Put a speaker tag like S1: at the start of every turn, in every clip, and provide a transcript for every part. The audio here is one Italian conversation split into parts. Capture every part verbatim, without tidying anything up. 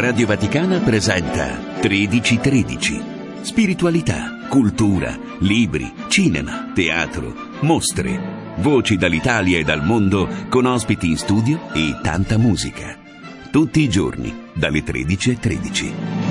S1: Radio Vaticana presenta tredici tredici. Spiritualità, cultura, libri, cinema, teatro, mostre, voci dall'Italia e dal mondo con ospiti in studio e tanta musica. Tutti i giorni, dalle tredici e tredici.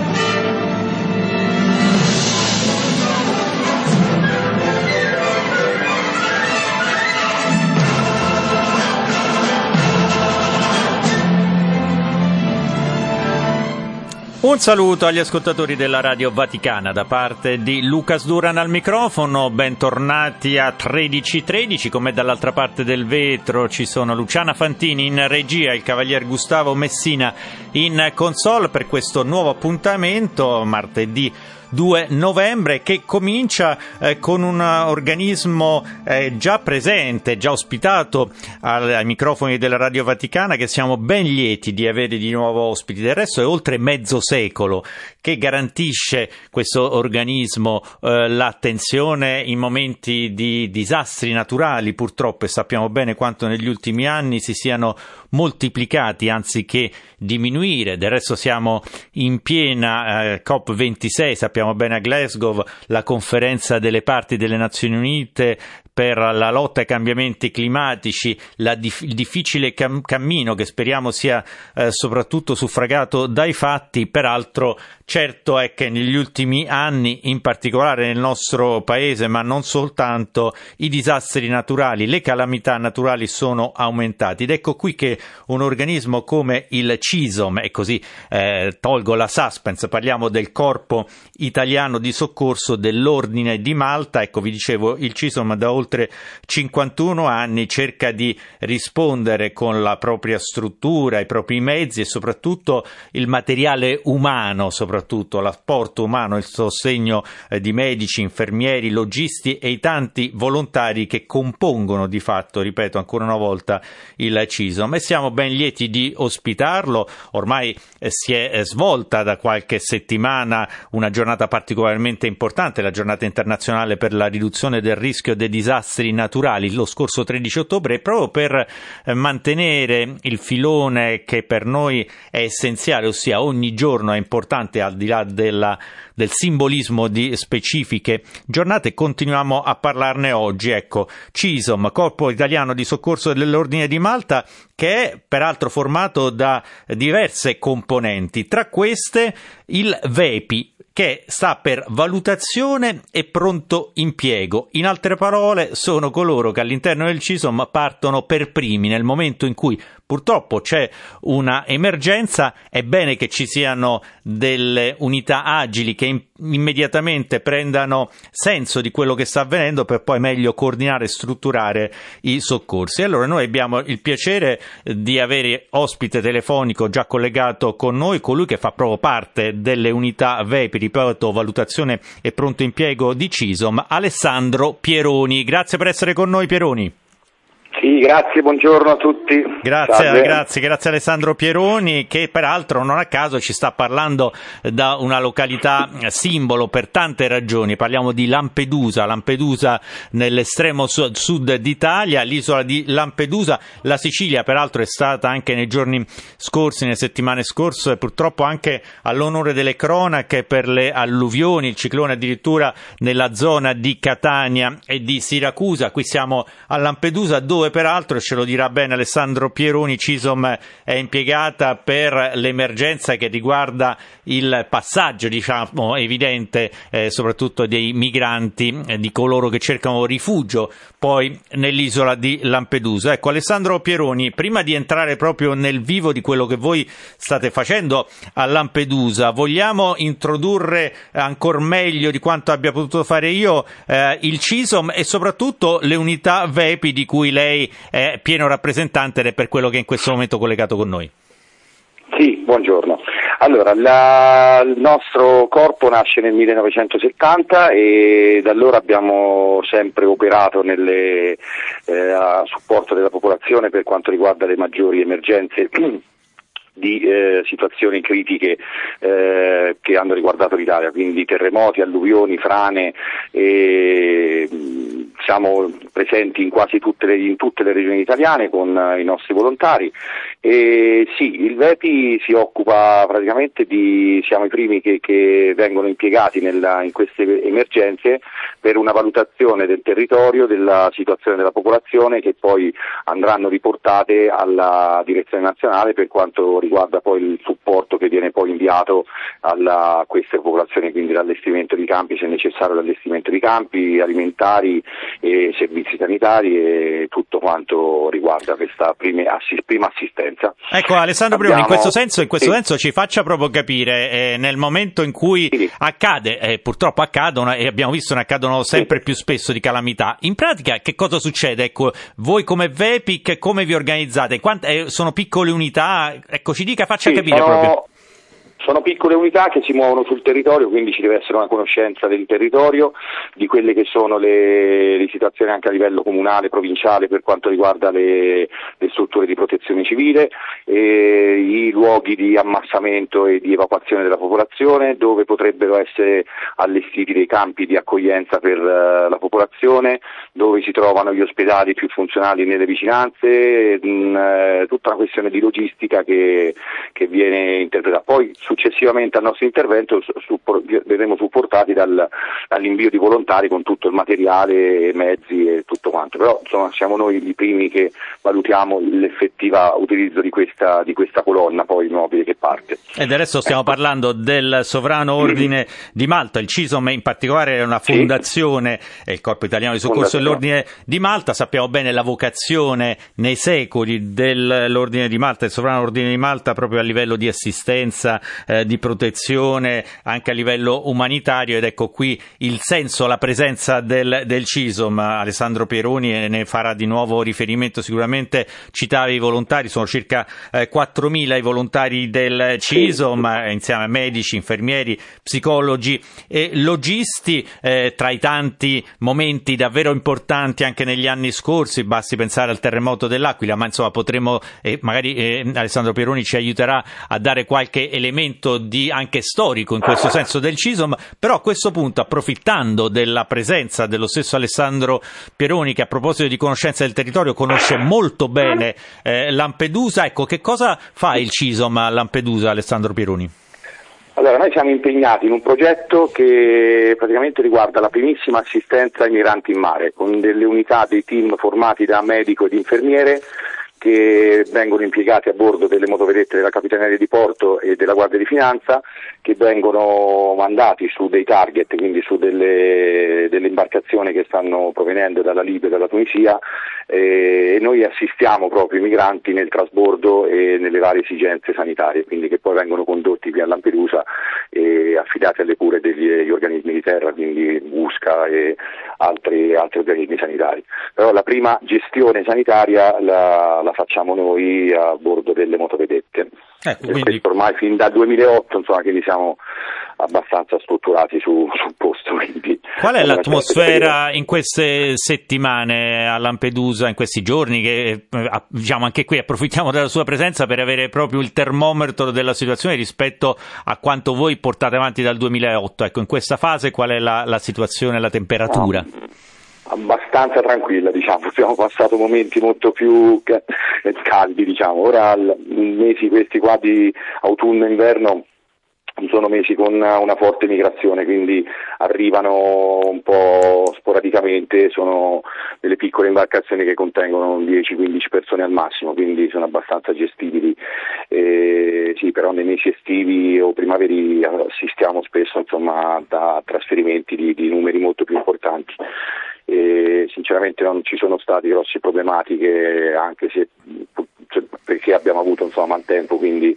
S2: Un saluto agli ascoltatori della Radio Vaticana da parte di Lucas Duran al microfono, bentornati a tredici tredici, come dall'altra parte del vetro ci sono Luciana Fantini in regia, il cavalier Gustavo Messina in console per questo nuovo appuntamento martedì due novembre, che comincia eh, con un organismo eh, già presente, già ospitato al, ai microfoni della Radio Vaticana, che siamo ben lieti di avere di nuovo ospiti. Del resto è oltre mezzo secolo che garantisce questo organismo eh, l'attenzione in momenti di disastri naturali, purtroppo, e sappiamo bene quanto negli ultimi anni si siano moltiplicati anziché diminuire. Del resto siamo in piena eh, COP ventisei, sappiamo bene a Glasgow, la conferenza delle parti delle Nazioni Unite per la lotta ai cambiamenti climatici, la dif- il difficile cam- cammino che speriamo sia eh, soprattutto suffragato dai fatti. Peraltro certo è che negli ultimi anni, in particolare nel nostro paese, ma non soltanto, i disastri naturali, le calamità naturali sono aumentati, ed ecco qui che un organismo come il CISOM, e così eh, tolgo la suspense, parliamo del Corpo Italiano di Soccorso dell'Ordine di Malta. Ecco, vi dicevo, il CISOM da oltre cinquantuno anni cerca di rispondere con la propria struttura, i propri mezzi e soprattutto il materiale umano, soprattutto l'apporto umano, il sostegno eh, di medici, infermieri, logisti e i tanti volontari che compongono di fatto, ripeto ancora una volta, il CISOM. E siamo ben lieti di ospitarlo. Ormai eh, si è eh, svolta da qualche settimana una giornata particolarmente importante, la giornata internazionale per la riduzione del rischio dei disastri naturali, lo scorso tredici ottobre, proprio per eh, mantenere il filone che per noi è essenziale, ossia ogni giorno è importante, al di là della, del simbolismo di specifiche giornate. Continuiamo a parlarne oggi. Ecco, CISOM, Corpo Italiano di Soccorso dell'Ordine di Malta, che è peraltro formato da diverse componenti, tra queste il VEPI, che sta per valutazione e pronto impiego. In altre parole, sono coloro che all'interno del CISOM partono per primi nel momento in cui purtroppo c'è una emergenza. È bene che ci siano delle unità agili che in- immediatamente prendano senso di quello che sta avvenendo per poi meglio coordinare e strutturare i soccorsi. Allora noi abbiamo il piacere di avere ospite telefonico già collegato con noi, colui che fa proprio parte delle unità VEPI, ripeto, valutazione e pronto impiego di CISOM, Alessandro Pieroni. Grazie per essere con noi, Pieroni.
S3: Sì, grazie, buongiorno a tutti.
S2: Grazie,
S3: Salve.
S2: grazie, grazie Alessandro Pieroni, che peraltro non a caso ci sta parlando da una località simbolo per tante ragioni. Parliamo di Lampedusa, Lampedusa nell'estremo sud d'Italia, l'isola di Lampedusa. La Sicilia peraltro è stata anche nei giorni scorsi, nelle settimane scorse, e purtroppo anche all'onore delle cronache per le alluvioni, il ciclone addirittura nella zona di Catania e di Siracusa. Qui siamo a Lampedusa, dove peraltro, ce lo dirà bene Alessandro Pieroni, CISOM è impiegata per l'emergenza che riguarda il passaggio, diciamo, evidente, eh, soprattutto dei migranti, eh, di coloro che cercano rifugio poi nell'isola di Lampedusa. Ecco, Alessandro Pieroni, prima di entrare proprio nel vivo di quello che voi state facendo a Lampedusa, vogliamo introdurre ancora meglio di quanto abbia potuto fare io eh, il CISOM e soprattutto le unità VEPI di cui lei è pieno rappresentante ed è per quello che è in questo momento collegato con noi.
S3: Sì, buongiorno. Allora, la, il nostro corpo nasce nel millenovecentosettanta e da allora abbiamo sempre operato nelle, eh, a supporto della popolazione per quanto riguarda le maggiori emergenze di eh, situazioni critiche eh, che hanno riguardato l'Italia, quindi terremoti, alluvioni, frane. E, mh, siamo presenti in quasi tutte le, in tutte le regioni italiane con uh, i nostri volontari E sì, il VEPI si occupa praticamente di, siamo i primi che, che vengono impiegati nella, in queste emergenze per una valutazione del territorio, della situazione della popolazione, che poi andranno riportate alla direzione nazionale per quanto riguarda poi il supporto che viene poi inviato alla, a queste popolazioni, quindi l'allestimento di campi, se necessario l'allestimento di campi alimentari e servizi sanitari e tutto quanto riguarda questa prima, assi, prima assistenza.
S2: Ecco Alessandro Peroni, in questo senso, in questo sì. senso ci faccia proprio capire, eh, nel momento in cui sì. accade, eh, purtroppo accadono e abbiamo visto ne accadono sempre sì. più spesso di calamità, in pratica che cosa succede? Ecco, voi come VEPIC come vi organizzate? Quant- eh, sono piccole unità? Ecco, ci dica, faccia sì, capire
S3: sono...
S2: proprio.
S3: Sono piccole unità che si muovono sul territorio, quindi ci deve essere una conoscenza del territorio, di quelle che sono le, le situazioni anche a livello comunale, provinciale per quanto riguarda le, le strutture di protezione civile, e i luoghi di ammassamento e di evacuazione della popolazione, dove potrebbero essere allestiti dei campi di accoglienza per uh, la popolazione, dove si trovano gli ospedali più funzionali nelle vicinanze, mh, uh, tutta una questione di logistica che, che viene interpretata. Poi successivamente al nostro intervento su, verremo supportati dal, dall'invio di volontari con tutto il materiale, mezzi e tutto quanto, però insomma siamo noi i primi che valutiamo l'effettiva utilizzo di questa, di questa colonna poi mobile che parte.
S2: Ed adesso stiamo ecco. parlando del Sovrano Ordine mm. di Malta, il CISOM in particolare è una fondazione, sì. il Corpo Italiano di Soccorso dell'Ordine di Malta, sappiamo bene la vocazione nei secoli dell'Ordine di Malta, il Sovrano Ordine di Malta proprio a livello di assistenza, Eh, di protezione anche a livello umanitario, ed ecco qui il senso, la presenza del, del CISOM. Alessandro Peroni ne farà di nuovo riferimento, sicuramente citava i volontari, sono circa eh, quattromila i volontari del CISOM, eh, insieme a medici, infermieri, psicologi e logisti, eh, tra i tanti momenti davvero importanti anche negli anni scorsi, basti pensare al terremoto dell'Aquila, ma insomma potremo, eh, magari eh, Alessandro Peroni ci aiuterà a dare qualche elemento di anche storico in questo senso del CISOM, però a questo punto, approfittando della presenza dello stesso Alessandro Peroni, che a proposito di conoscenza del territorio conosce molto bene eh, Lampedusa, ecco, che cosa fa il CISOM a Lampedusa, Alessandro Peroni?
S3: Allora, noi siamo impegnati in un progetto che praticamente riguarda la primissima assistenza ai migranti in mare, con delle unità, dei team formati da medico ed infermiere che vengono impiegati a bordo delle motovedette della Capitaneria di Porto e della Guardia di Finanza, che vengono mandati su dei target, quindi su delle, delle imbarcazioni che stanno provenendo dalla Libia e dalla Tunisia, e noi assistiamo proprio i migranti nel trasbordo e nelle varie esigenze sanitarie, quindi che poi vengono condotti qui a Lampedusa e affidati alle cure degli organismi di terra, quindi U S C A e altri, altri organismi sanitari. Però la prima gestione sanitaria la, la facciamo noi a bordo delle motovedette. Ecco, quindi... Questo ormai fin dal duemilaotto, insomma, quindi siamo abbastanza strutturati su, sul posto. Quindi,
S2: qual è l'atmosfera in queste settimane a Lampedusa, in questi giorni, che diciamo anche qui approfittiamo della sua presenza per avere proprio il termometro della situazione rispetto a quanto voi portate avanti dal duemilaotto? Ecco, in questa fase qual è la, la situazione, la temperatura?
S3: No. Abbastanza tranquilla, diciamo, abbiamo passato momenti molto più caldi, diciamo. Ora i mesi questi qua di autunno e inverno sono mesi con una forte migrazione, quindi arrivano un po' sporadicamente, sono delle piccole imbarcazioni che contengono dieci quindici persone al massimo, quindi sono abbastanza gestibili. Eh, sì, però nei mesi estivi o primaveri assistiamo spesso, insomma, a trasferimenti di, di numeri molto più importanti. E sinceramente non ci sono state grosse problematiche, anche se perché abbiamo avuto insomma maltempo, quindi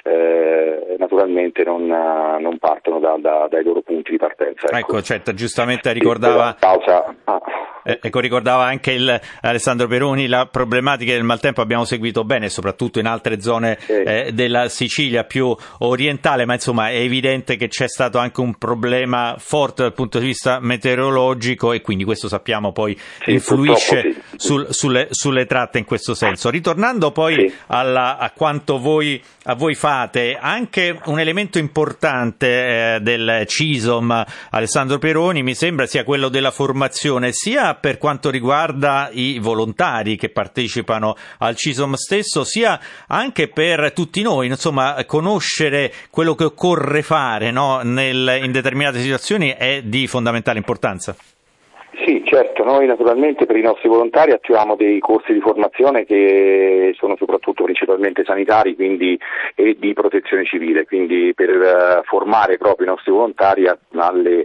S3: eh, naturalmente non, non partono da, da, dai loro punti di partenza. Ecco,
S2: ecco certo, giustamente ricordava
S3: pausa. Ah.
S2: Eh, ecco, ricordava anche il Alessandro Peroni la problematica del maltempo, abbiamo seguito bene soprattutto in altre zone sì. eh, della Sicilia più orientale, ma insomma è evidente che c'è stato anche un problema forte dal punto di vista meteorologico e quindi questo sappiamo poi sì, influisce sì. sul, sulle, sulle tratte in questo senso. Ritornando poi sì. alla, a quanto voi, a voi fate, anche un elemento importante eh, del CISOM, Alessandro Peroni, mi sembra sia quello della formazione, sia per quanto riguarda i volontari che partecipano al CISOM stesso, sia anche per tutti noi, insomma, conoscere quello che occorre fare, no, nel, in determinate situazioni è di fondamentale importanza.
S3: Sì, certo, noi naturalmente per i nostri volontari attiviamo dei corsi di formazione che sono soprattutto principalmente sanitari, quindi e di protezione civile, quindi per uh, formare proprio i nostri volontari a, alle,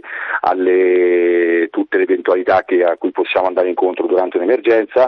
S3: alle tutte le eventualità che, a cui possiamo andare incontro durante un'emergenza.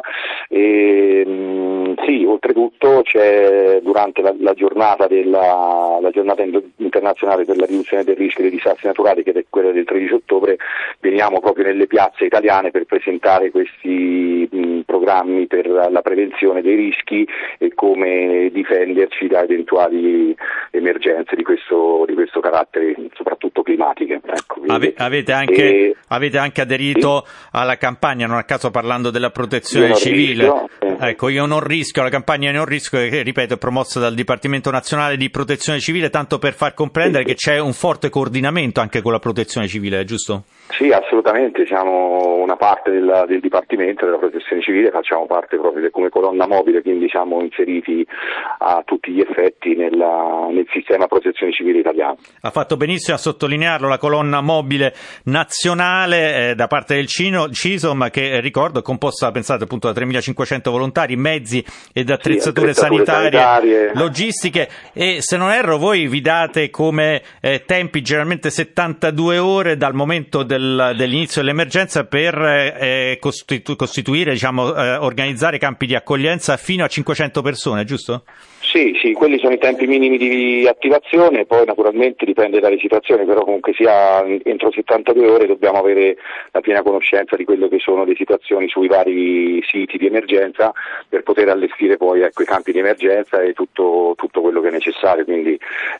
S3: E, mh, sì, oltretutto c'è durante la, la giornata della la giornata internazionale per la riduzione del rischio dei disastri naturali, che è quella del tredici ottobre, veniamo proprio nelle piazze italiane per presentare questi mh, programmi per la prevenzione dei rischi e come difenderci da eventuali emergenze di questo, di questo carattere, soprattutto climatiche. Ecco,
S2: Ave, avete, anche, e, avete anche aderito sì? alla campagna, non a caso parlando della protezione civile. Rischio, eh. Ecco, io non rischio, la campagna Io non rischio, che ripeto è promossa dal Dipartimento Nazionale di Protezione Civile, tanto per far comprendere sì. che c'è un forte coordinamento anche con la protezione civile, giusto?
S3: Sì, assolutamente, siamo una parte del, del Dipartimento della Protezione Civile, facciamo parte proprio come colonna mobile, quindi siamo inseriti a tutti gli effetti nella, nel sistema protezione civile italiano.
S2: Ha fatto benissimo a sottolinearlo, la colonna mobile nazionale eh, da parte del Cino, CISOM, che ricordo è composta, pensate, appunto da tremilacinquecento volontari, mezzi ed attrezzature, sì, attrezzature sanitarie, sanitarie, logistiche, e se non erro voi vi date come eh, tempi generalmente settantadue ore dal momento del dell'inizio dell'emergenza per eh, costitu- costituire, diciamo, eh, organizzare campi di accoglienza fino a cinquecento persone, giusto?
S3: Sì, sì, quelli sono i tempi minimi di attivazione, poi naturalmente dipende dalle situazioni, però comunque sia entro settantadue ore dobbiamo avere la piena conoscenza di quello che sono le situazioni sui vari siti di emergenza per poter allestire poi, ecco, i campi di emergenza e tutto, tutto quello che è necessario, quindi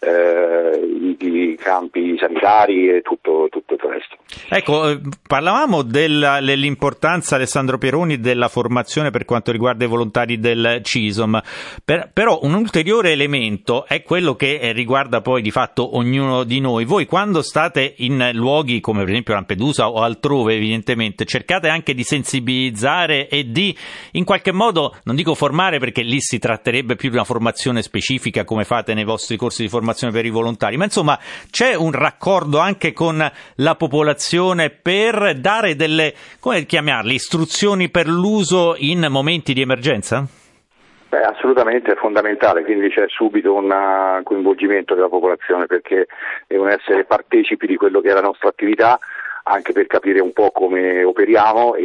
S3: eh, i, i campi sanitari e tutto, tutto il resto.
S2: Ecco, parlavamo della, dell'importanza, Alessandro Pieroni, della formazione per quanto riguarda i volontari del CISOM, per, però un ulteriore elemento è quello che riguarda poi di fatto ognuno di noi. Voi quando state in luoghi come per esempio Lampedusa o altrove, evidentemente cercate anche di sensibilizzare e di in qualche modo, non dico formare perché lì si tratterebbe più di una formazione specifica come fate nei vostri corsi di formazione per i volontari, ma insomma c'è un raccordo anche con la popolazione per dare delle, come chiamarle, istruzioni per l'uso in momenti di emergenza?
S3: Beh, assolutamente è fondamentale, quindi c'è subito un coinvolgimento della popolazione perché devono essere partecipi di quello che è la nostra attività, anche per capire un po' come operiamo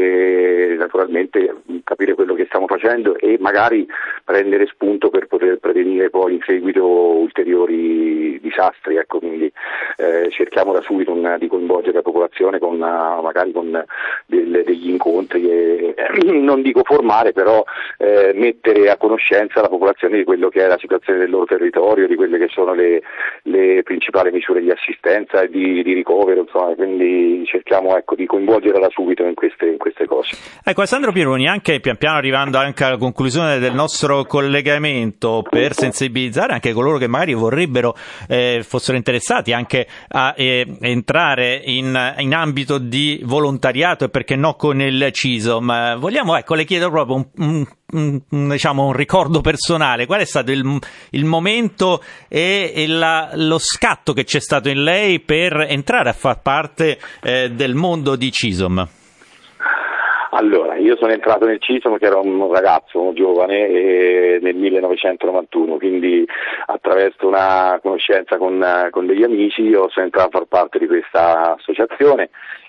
S3: e naturalmente capire quello che stiamo facendo e magari prendere spunto per poter prevenire poi in seguito ulteriori disastri, ecco, quindi eh, cerchiamo da subito un, di coinvolgere la popolazione con uh, magari con del, degli incontri e eh, non dico formare, però eh, mettere a conoscenza la popolazione di quello che è la situazione del loro territorio, di quelle che sono le, le principali misure di assistenza e di, di ricovero, insomma, quindi cerchiamo, ecco, di coinvolgerla da subito in queste, in queste cose.
S2: Ecco, Alessandro Pieroni, anche pian piano arrivando anche alla conclusione del nostro collegamento, per sensibilizzare anche coloro che magari vorrebbero eh, fossero interessati anche a eh, entrare in, in ambito di volontariato e perché no con il CISOM, vogliamo, ecco, le chiedo proprio un, un Un, diciamo un ricordo personale, qual è stato il, il momento e, e la, lo scatto che c'è stato in lei per entrare a far parte eh, del mondo di CISOM?
S3: Allora, io sono entrato nel CISOM che era un ragazzo, un giovane, eh, nel millenovecentonovantuno, quindi attraverso una conoscenza con, con degli amici io sono entrato a far parte di questa associazione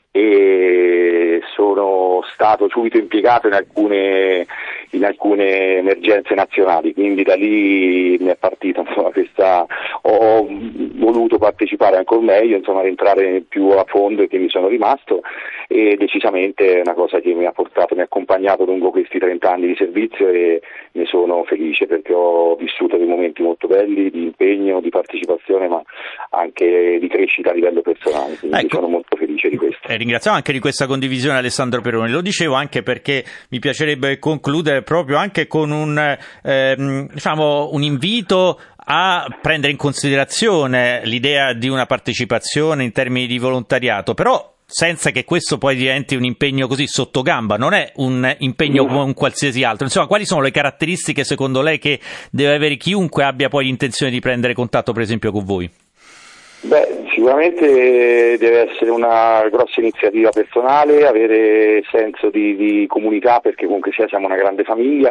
S3: e sono stato subito impiegato in alcune in alcune emergenze nazionali, quindi da lì mi è partita, insomma, questa, ho voluto partecipare ancora meglio, insomma, entrare più a fondo e che mi sono rimasto e decisamente è una cosa che mi ha portato, mi ha accompagnato lungo questi trenta anni di servizio e ne sono felice perché ho vissuto dei momenti molto belli di impegno, di partecipazione, ma anche di crescita a livello personale, quindi ecco, sono molto felice di questo.
S2: Eh, ringraziamo anche di questa condivisione Alessandro Pieroni, lo dicevo anche perché mi piacerebbe concludere proprio anche con un, ehm, diciamo, un invito a prendere in considerazione l'idea di una partecipazione in termini di volontariato, però senza che questo poi diventi un impegno così sottogamba, non è un impegno come un qualsiasi altro. Insomma, quali sono le caratteristiche secondo lei che deve avere chiunque abbia poi l'intenzione di prendere contatto per esempio con voi?
S3: Beh, sicuramente deve essere una grossa iniziativa personale, avere senso di, di comunità, perché comunque sia siamo una grande famiglia,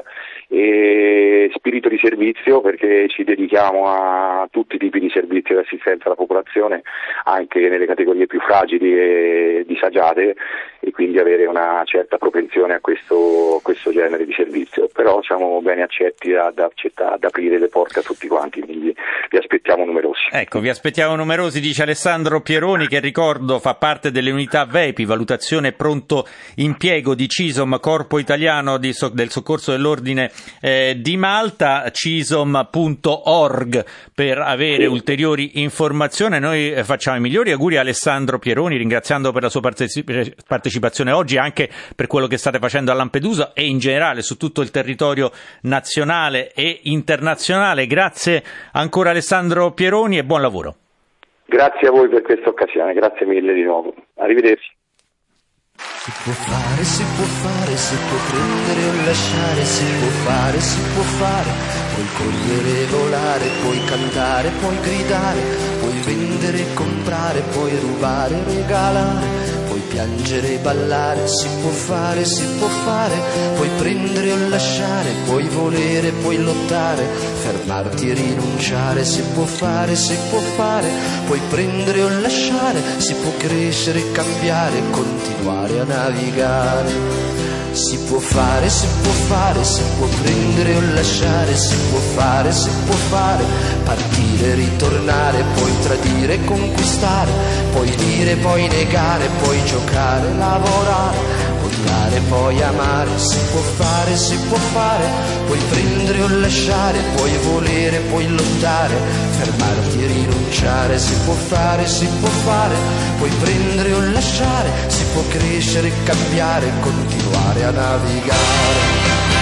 S3: e spirito di servizio, perché ci dedichiamo a tutti i tipi di servizio di assistenza alla popolazione, anche nelle categorie più fragili e disagiate, e quindi avere una certa propensione a questo, questo genere di servizio. Però siamo bene accetti ad, ad aprire le porte a tutti quanti, quindi vi aspettiamo numerosi.
S2: Ecco, vi aspettiamo numerosi, dice Alessandro Pieroni, che ricordo fa parte delle unità V E P I, valutazione e pronto impiego di CISOM, Corpo Italiano di so- del Soccorso dell'Ordine eh, di Malta, cisom punto org per avere sì. ulteriori informazioni. Noi eh, facciamo i migliori auguri a Alessandro Pieroni, ringraziando per la sua parteci- partecipazione oggi, anche per quello che state facendo a Lampedusa e in generale su tutto il territorio nazionale e internazionale. Grazie ancora Alessandro Pieroni e buon lavoro.
S3: Grazie a voi per questa occasione, grazie mille di nuovo. Arrivederci.
S4: Si può fare, si può fare, si può prendere o lasciare, si può fare, si può fare, puoi correre e volare, puoi cantare, puoi gridare, puoi vendere e comprare, puoi rubare, regalare, puoi piangere e ballare, si può fare, si può fare, puoi prendere o lasciare, puoi volere, puoi lottare, fermarti e rinunciare, si può fare, si può fare, puoi prendere o lasciare, si può crescere e cambiare, continuare a navigare. Si può fare, si può fare, si può prendere o lasciare, si può fare, si può fare, partire, ritornare, puoi tradire, conquistare, puoi dire, puoi negare, puoi giocare, lavorare, odiare, puoi amare, si può fare, si può fare, puoi prendere o lasciare, puoi volere, puoi lottare, fermarti e rinunciare, si può fare, si può fare, puoi prendere o lasciare, si può crescere, cambiare, continuare a navigare.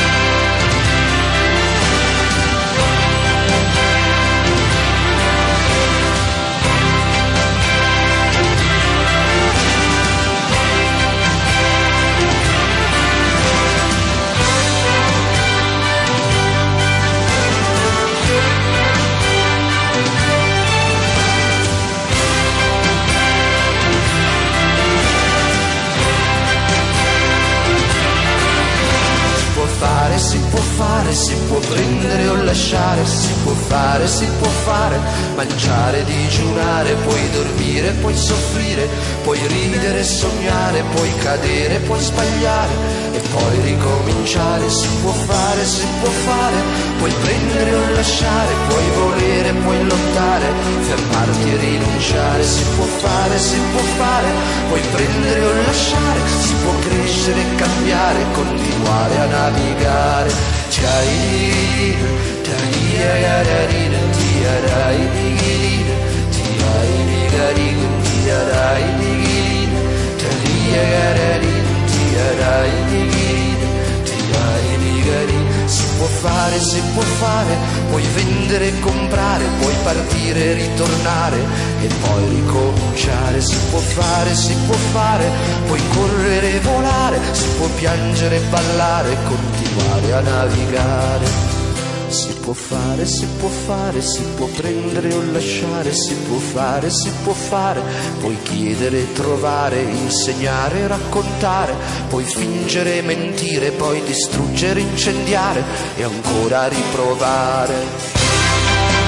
S4: Si può fare, si può prendere o lasciare, si può fare, si può fare, mangiare, digiunare, puoi dormire, puoi soffrire, puoi ridere, sognare, puoi cadere, puoi sbagliare e poi ricominciare, si può fare, si può fare, puoi prendere o lasciare, puoi volere, puoi lottare, fermarti e rinunciare, si può fare, si può fare, puoi prendere o lasciare, si può crescere, cambiare, continuare a navigare. Tiai, tiai, si può fare, si può fare, puoi vendere e comprare, puoi partire e ritornare e poi ricominciare, si può fare, si può fare, puoi correre e volare, si può piangere e ballare, continuare a navigare. Si può fare, si può fare, si può prendere o lasciare, si può fare, si può fare, puoi chiedere, trovare, insegnare, raccontare, puoi fingere, mentire, poi distruggere, incendiare e ancora riprovare.